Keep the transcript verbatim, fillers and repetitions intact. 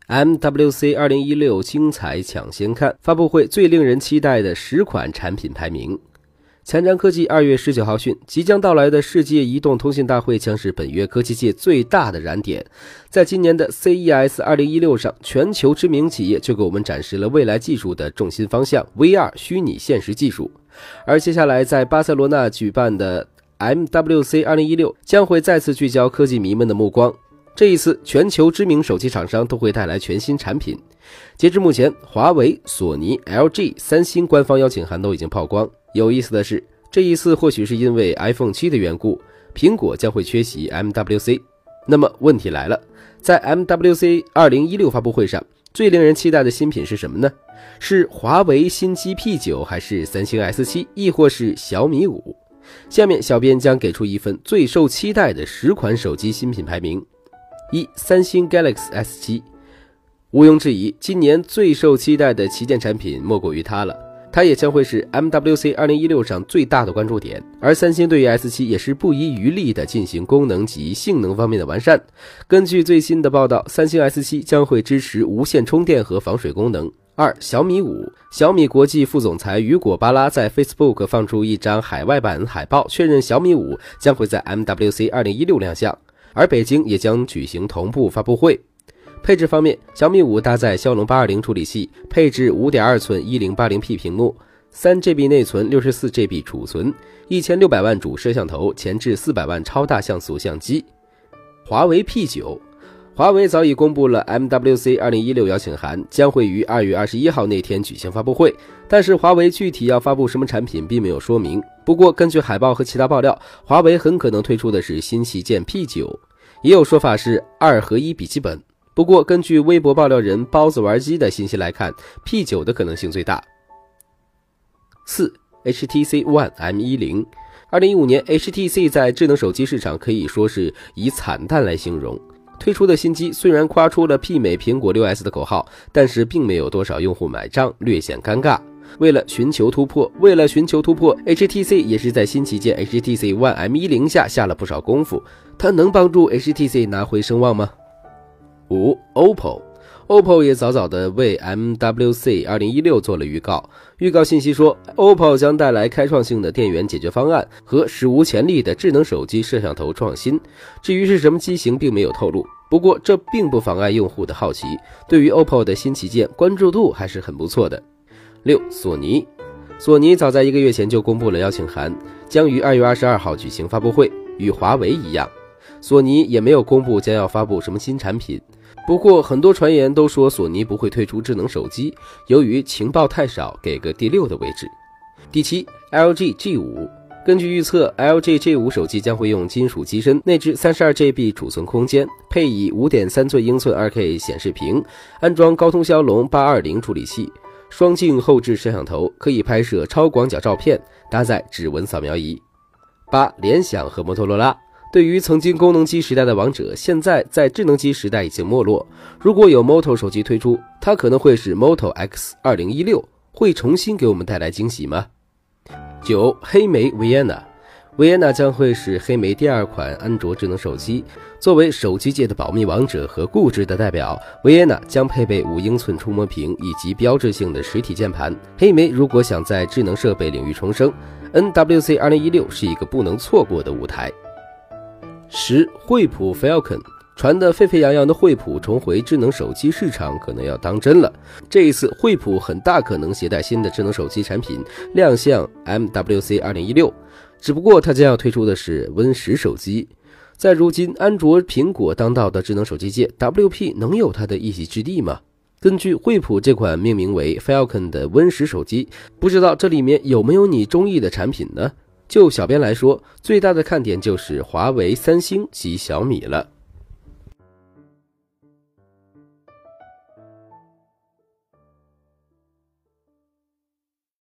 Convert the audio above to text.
M W C 二零一六精彩抢先看，发布会最令人期待的十款产品排名。前瞻科技二月十九号讯，即将到来的世界移动通信大会将是本月科技界最大的燃点。在今年的 C E S 二零一六上，全球知名企业就给我们展示了未来技术的重心方向 V R 虚拟现实技术。而接下来在巴塞罗那举办的 M W C 二零一六将会再次聚焦科技迷们的目光。这一次，全球知名手机厂商都会带来全新产品。截至目前，华为、索尼、L G、三星官方邀请函都已经曝光。有意思的是，这一次或许是因为 iPhone 七的缘故，苹果将会缺席 M W C。那么问题来了，在 M W C 二零一六发布会上，最令人期待的新品是什么呢？是华为新机 P 九，还是三星 S 七，亦或是小米五？下面小编将给出一份最受期待的十款手机新品排名。一、三星 Galaxy S 七， 毋庸置疑，今年最受期待的旗舰产品莫过于它了，它也将会是 M W C 二零一六上最大的关注点。而三星对于 S 七 也是不遗余力地进行功能及性能方面的完善。根据最新的报道，三星 S 七 将会支持无线充电和防水功能。二、小米五，小米国际副总裁雨果巴拉在 Facebook 放出一张海外版海报，确认小米五将会在 M W C 二零一六亮相。而北京也将举行同步发布会。配置方面，小米五搭载骁龙八二零处理器，配置 五点二寸 一零八零P 屏幕， 三 G B 内存， 六十四 G B 储存，一千六百万主摄像头，前置四百万超大像素相机。华为 P 九， 华为早已公布了 M W C 二零一六邀请函，将会于二月二十一号那天举行发布会，但是华为具体要发布什么产品并没有说明。不过根据海报和其他爆料，华为很可能推出的是新旗舰 P 九， 也有说法是二合一笔记本。不过根据微博爆料人包子玩机的信息来看， P 九 的可能性最大。四 H T C One M 一零， 二零一五年 H T C 在智能手机市场可以说是以惨淡来形容。推出的新机虽然夸出了媲美苹果 六 S 的口号，但是并没有多少用户买账，略显尴尬。为了寻求突破，为了寻求突破 H T C 也是在新旗舰 H T C One M 一零下下了不少功夫，它能帮助 H T C 拿回声望吗？五 O P P O， O P P O 也早早的为 M W C 二零一六做了预告。预告信息说 O P P O 将带来开创性的电源解决方案和史无前例的智能手机摄像头创新。至于是什么机型并没有透露，不过这并不妨碍用户的好奇，对于 O P P O 的新旗舰关注度还是很不错的。六索尼，索尼早在一个月前就公布了邀请函，将于二月二十二号举行发布会。与华为一样，索尼也没有公布将要发布什么新产品。不过很多传言都说索尼不会推出智能手机，由于情报太少，给个第六的位置。第七 L G G 五， 根据预测 L G G 五 手机将会用金属机身，内置 三十二 G B 储存空间，配以 五点三寸英寸 二K 显示屏，安装高通骁龙八二零处理器，双镜后置摄像头，可以拍摄超广角照片，搭载指纹扫描仪。八联想和摩托罗拉，对于曾经功能机时代的王者，现在在智能机时代已经没落。如果有 Moto 手机推出，它可能会是 Moto X 二零一六，会重新给我们带来惊喜吗？九黑莓 Vienna， Vienna 将会是黑莓第二款安卓智能手机。作为手机界的保密王者和固执的代表， Vienna 将配备五英寸触摸屏以及标志性的实体键盘。黑莓如果想在智能设备领域重生， N W C 二零一六是一个不能错过的舞台。十惠普 Falcon， 传得沸沸扬扬的惠普重回智能手机市场可能要当真了。这一次惠普很大可能携带新的智能手机产品亮相 M W C 二零一六， 只不过它将要推出的是 Win 十手机。在如今安卓苹果当道的智能手机界， W P 能有它的一席之地吗？根据惠普这款命名为 Falcon 的 Win 十手机，不知道这里面有没有你中意的产品呢？就小编来说，最大的看点就是华为、三星及小米了。